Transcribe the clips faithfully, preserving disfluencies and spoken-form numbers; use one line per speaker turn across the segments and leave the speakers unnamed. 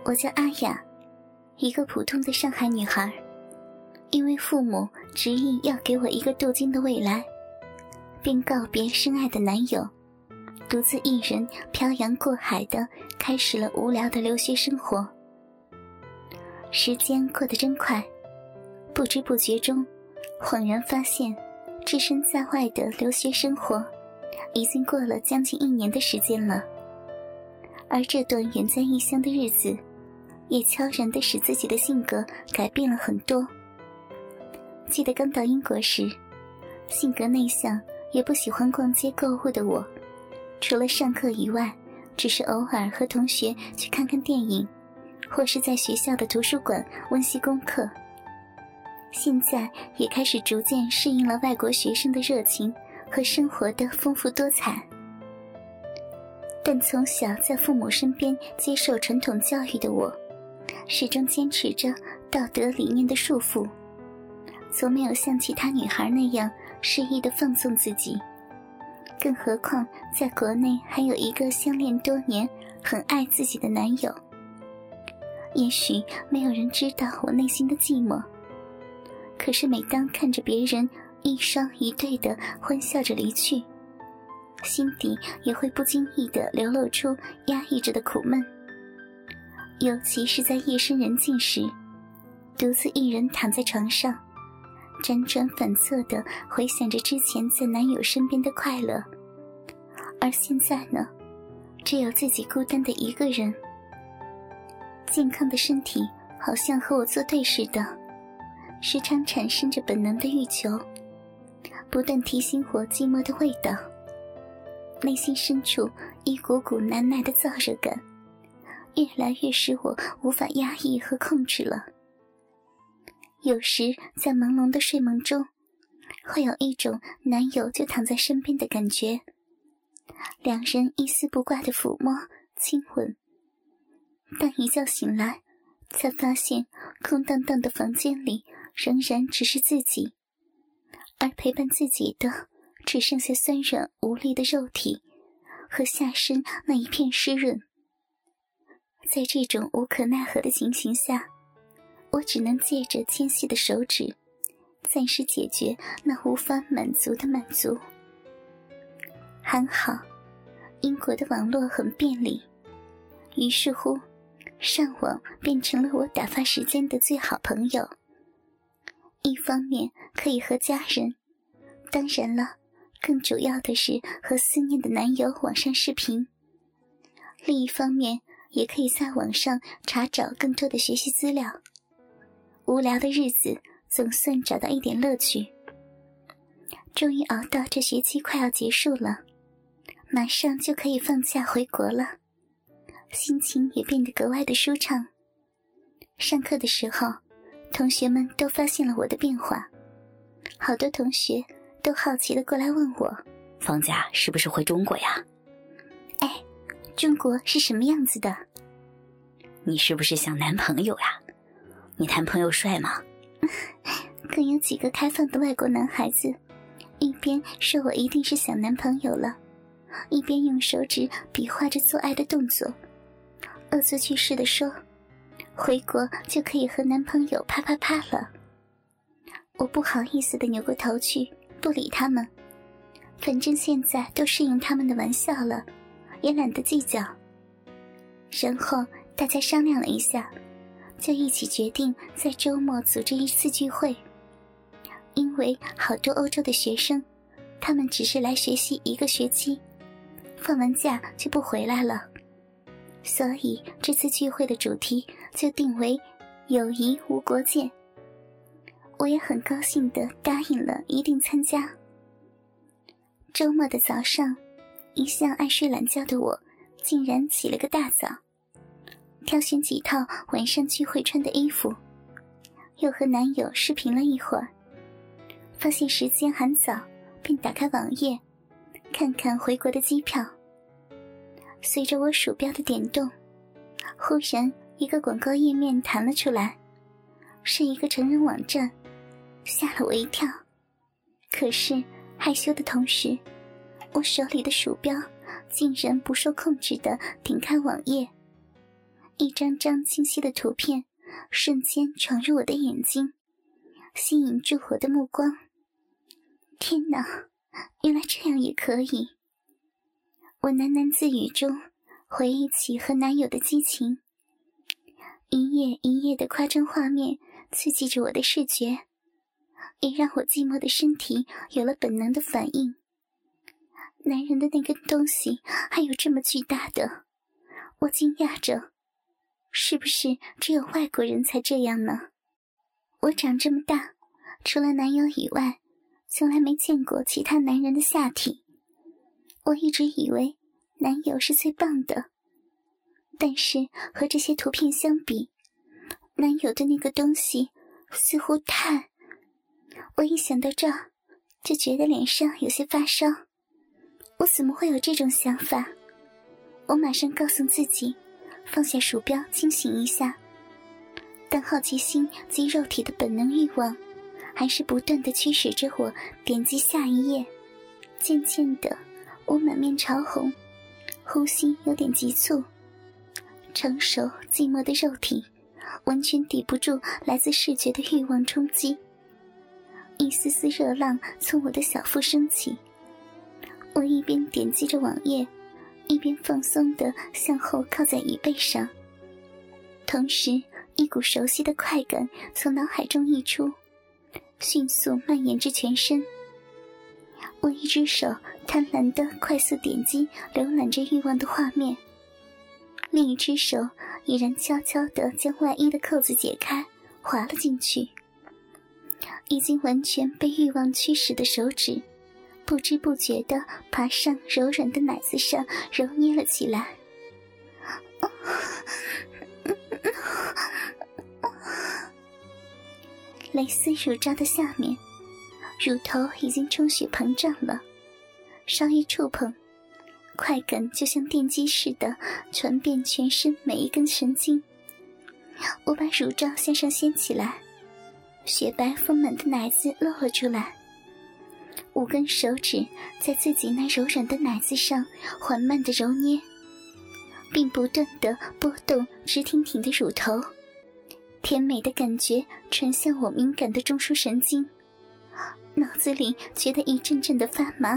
我叫阿雅，一个普通的上海女孩。因为父母执意要给我一个镀金的未来，便告别深爱的男友，独自一人漂洋过海地开始了无聊的留学生活。时间过得真快，不知不觉中，恍然发现置身在外的留学生活已经过了将近一年的时间了。而这段远在异乡的日子，也悄然地使自己的性格改变了很多。记得刚到英国时，性格内向也不喜欢逛街购物的我，除了上课以外，只是偶尔和同学去看看电影，或是在学校的图书馆温习功课。现在也开始逐渐适应了外国学生的热情和生活的丰富多彩。但从小在父母身边接受传统教育的我，始终坚持着道德理念的束缚，从没有像其他女孩那样肆意地放纵自己。更何况在国内还有一个相恋多年很爱自己的男友。也许没有人知道我内心的寂寞，可是每当看着别人一双一对的欢笑着离去，心底也会不经意地流露出压抑着的苦闷。尤其是在夜深人静时，独自一人躺在床上，辗转反侧地回想着之前在男友身边的快乐，而现在呢，只有自己孤单的一个人。健康的身体好像和我作对似的，时常产生着本能的欲求，不断提醒我寂寞的味道。内心深处一股股难耐的燥热感，越来越使我无法压抑和控制了。有时在朦胧的睡梦中，会有一种男友就躺在身边的感觉，两人一丝不挂的抚摸亲吻。但一觉醒来，才发现空荡荡的房间里仍然只是自己，而陪伴自己的只剩下酸软无力的肉体和下身那一片湿润。在这种无可奈何的情形下，我只能借着纤细的手指暂时解决那无法满足的满足。还好英国的网络很便利，于是乎上网变成了我打发时间的最好朋友。一方面可以和家人，当然了，更主要的是和思念的男友网上视频。另一方面也可以在网上查找更多的学习资料。无聊的日子总算找到一点乐趣。终于熬到这学期快要结束了，马上就可以放假回国了，心情也变得格外的舒畅。上课的时候，同学们都发现了我的变化，好多同学都好奇地过来问我，
放假是不是回中国呀？
哎，中国是什么样子的？
你是不是想男朋友呀？你男朋友帅吗？
更有几个开放的外国男孩子，一边说我一定是想男朋友了，一边用手指比划着做爱的动作，恶作剧似的说，回国就可以和男朋友啪啪啪了。我不好意思地扭过头去，不理他们，反正现在都适应他们的玩笑了，也懒得计较。然后大家商量了一下，就一起决定在周末组织一次聚会。因为好多欧洲的学生，他们只是来学习一个学期，放完假就不回来了，所以这次聚会的主题就定为友谊无国界。我也很高兴地答应了一定参加。周末的早上，一向爱睡懒觉的我竟然起了个大早，挑选几套晚上聚会穿的衣服，又和男友视频了一会儿，发现时间还早，便打开网页看看回国的机票。随着我鼠标的点动，忽然一个广告页面弹了出来，是一个成人网站，吓了我一跳。可是害羞的同时，我手里的鼠标竟然不受控制地点开网页， 一张张清晰的图片瞬间闯入我的眼睛，吸引住我的目光。天哪，原来这样也可以。我喃喃自语中回忆起和男友的激情，一页一页的夸张画面刺激着我的视觉，也让我寂寞的身体有了本能的反应。男人的那根东西还有这么巨大的，我惊讶着，是不是只有外国人才这样呢？我长这么大，除了男友以外，从来没见过其他男人的下体。我一直以为男友是最棒的，但是和这些图片相比，男友的那个东西似乎太……我一想到这儿，就觉得脸上有些发烧。我怎么会有这种想法？我马上告诉自己，放下鼠标，清醒一下。但好奇心及肉体的本能欲望，还是不断地驱使着我点击下一页。渐渐的，我满面潮红，呼吸有点急促。成熟寂寞的肉体完全抵不住来自视觉的欲望冲击，一丝丝热浪从我的小腹升起。我一边点击着网页，一边放松地向后靠在椅背上，同时一股熟悉的快感从脑海中溢出，迅速蔓延至全身。我一只手贪婪地快速点击浏览着欲望的画面，另一只手已然悄悄地将外衣的扣子解开，滑了进去。已经完全被欲望驱使的手指不知不觉地爬上柔软的奶子上揉捏了起来。蕾丝乳罩的下面，乳头已经充血膨胀了，稍一触碰，快感就像电击似的传遍全身每一根神经。我把乳罩向上掀起来，雪白丰满的奶子露了出来，五根手指在自己那柔软的奶子上缓慢地揉捏，并不断地拨动直挺挺的乳头。甜美的感觉传向我敏感的中枢神经，脑子里觉得一阵阵的发麻。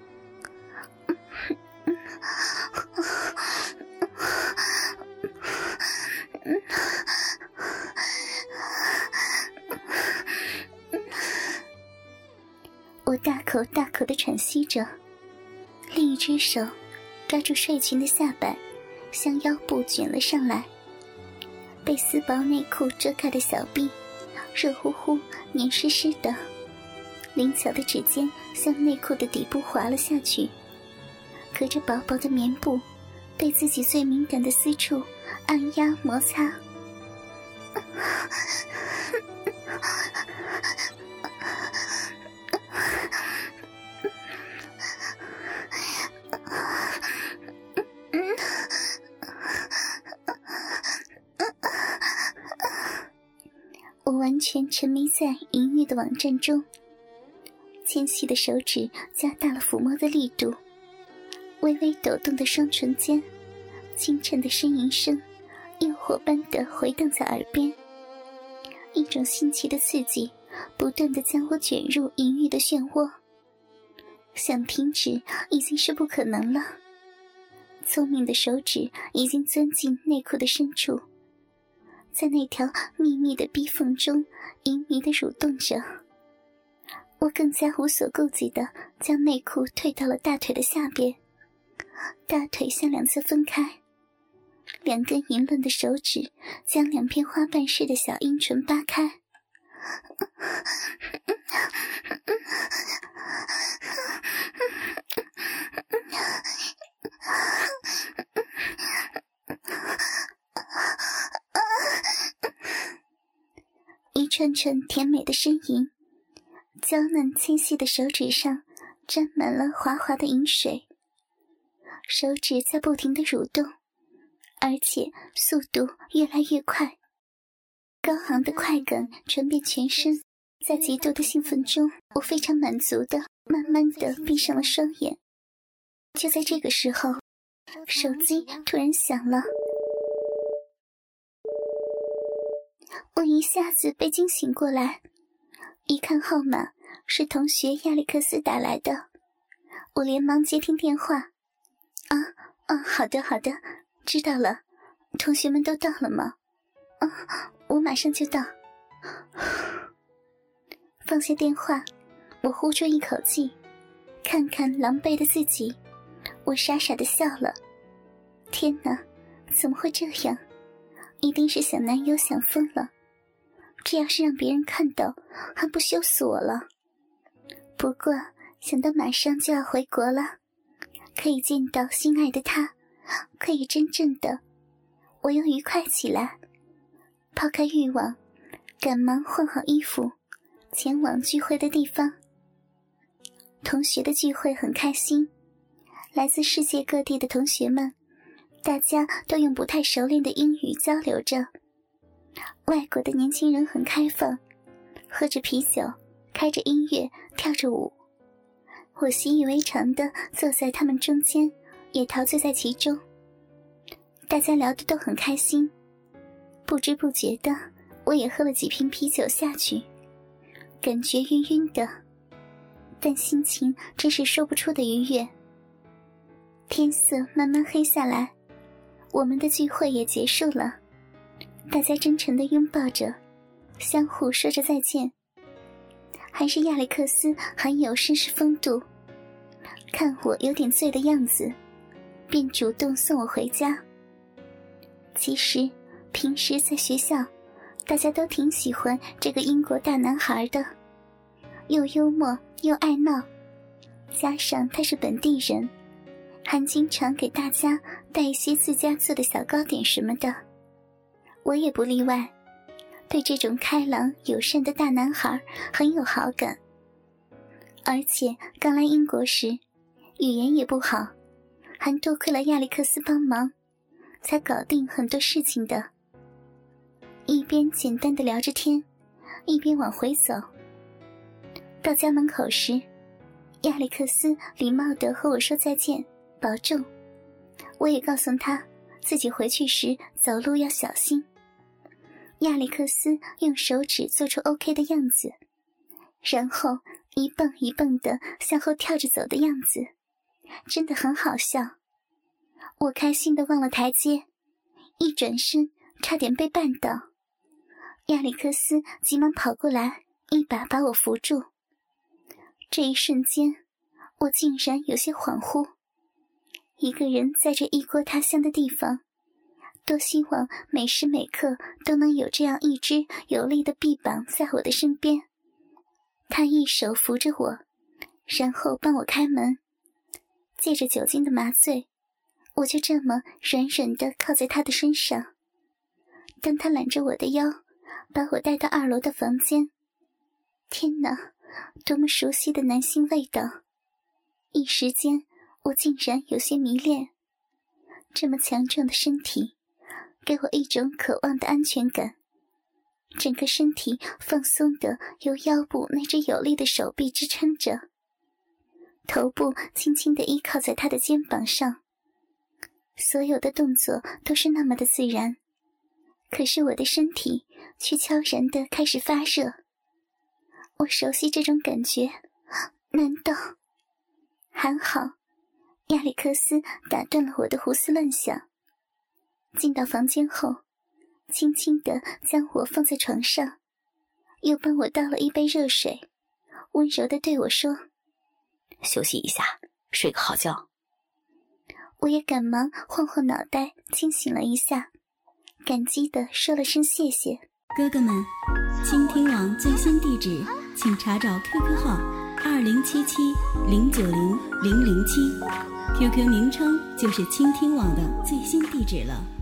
我大口大口地喘息着，另一只手抓住睡裙的下摆，向腰部卷了上来。被丝薄内裤遮盖的小臂热乎乎黏湿湿的，灵巧的指尖向内裤的底部滑了下去，隔着薄薄的棉布对自己最敏感的私处按压摩擦。我完全沉迷在淫欲的网站中，纤细的手指加大了抚摸的力度，微微抖动的双唇间，清澈的呻吟声诱惑般地回荡在耳边。一种新奇的刺激不断地将我卷入淫欲的漩涡，想停止已经是不可能了。聪明的手指已经钻进内裤的深处，在那条密密的逼缝中淫迷地蠕动着。我更加无所顾忌地将内裤退到了大腿的下边，大腿向两侧分开，两根淫乱的手指将两片花瓣似的小阴唇扒开。一串串甜美的呻吟，娇嫩纤细的手指上沾满了滑滑的饮水，手指在不停地蠕动，而且速度越来越快。高昂的快感传遍全身，在极度的兴奋中，我非常满足地慢慢地闭上了双眼。就在这个时候，手机突然响了。 我一下子被惊醒过来，一看号码是同学亚历克斯打来的，我连忙接听电话。啊啊，好的好的，知道了。同学们都到了吗？啊，我马上就到。放下电话，我呼出一口气，看看狼狈的自己，我傻傻地笑了。天哪，怎么会这样？一定是想男友想疯了，这要是让别人看到，还不羞死我了。不过想到马上就要回国了，可以见到心爱的他，可以真正的，我又愉快起来。抛开欲望，赶忙换好衣服，前往聚会的地方。同学的聚会很开心，来自世界各地的同学们，大家都用不太熟练的英语交流着。外国的年轻人很开放，喝着啤酒，开着音乐，跳着舞。我习以为常地坐在他们中间，也陶醉在其中。大家聊得都很开心，不知不觉的我也喝了几瓶啤酒下去，感觉晕晕的，但心情真是说不出的愉悦。天色慢慢黑下来，我们的聚会也结束了，大家真诚地拥抱着，相互说着再见。还是亚历克斯很有绅士风度，看我有点醉的样子，便主动送我回家。其实平时在学校，大家都挺喜欢这个英国大男孩的，又幽默又爱闹，加上他是本地人，还经常给大家带一些自家做的小糕点什么的。我也不例外，对这种开朗友善的大男孩很有好感。而且刚来英国时语言也不好，还多亏了亚历克斯帮忙，才搞定很多事情的。一边简单的聊着天，一边往回走。到家门口时，亚历克斯礼貌地和我说再见，保重。我也告诉他自己回去时走路要小心。亚历克斯用手指做出 OK 的样子，然后一蹦一蹦地向后跳着走的样子，真的很好笑。我开心地忘了台阶，一转身差点被绊倒。亚历克斯急忙跑过来，一把把我扶住。这一瞬间，我竟然有些恍惚。一个人在这异国他乡的地方，多希望每时每刻都能有这样一只有力的臂膀在我的身边。他一手扶着我，然后帮我开门。借着酒精的麻醉，我就这么软软地靠在他的身上。当他揽着我的腰，把我带到二楼的房间。天哪，多么熟悉的男性味道！一时间，我竟然有些迷恋。这么强壮的身体，给我一种渴望的安全感。整个身体放松地由腰部那只有力的手臂支撑着，头部轻轻地依靠在他的肩膀上。所有的动作都是那么的自然，可是我的身体却悄然地开始发热。我熟悉这种感觉，难道……还好，亚历克斯打断了我的胡思乱想。进到房间后，轻轻地将我放在床上，又帮我倒了一杯热水，温柔地对我说：“
休息一下，睡个好觉。”
我也赶忙晃晃脑袋，清醒了一下，感激地说了声谢谢。
哥哥们，倾听网最新地址，请查找 Q Q 号二零七七零九零零零七 ，Q Q 名称就是倾听网的最新地址了。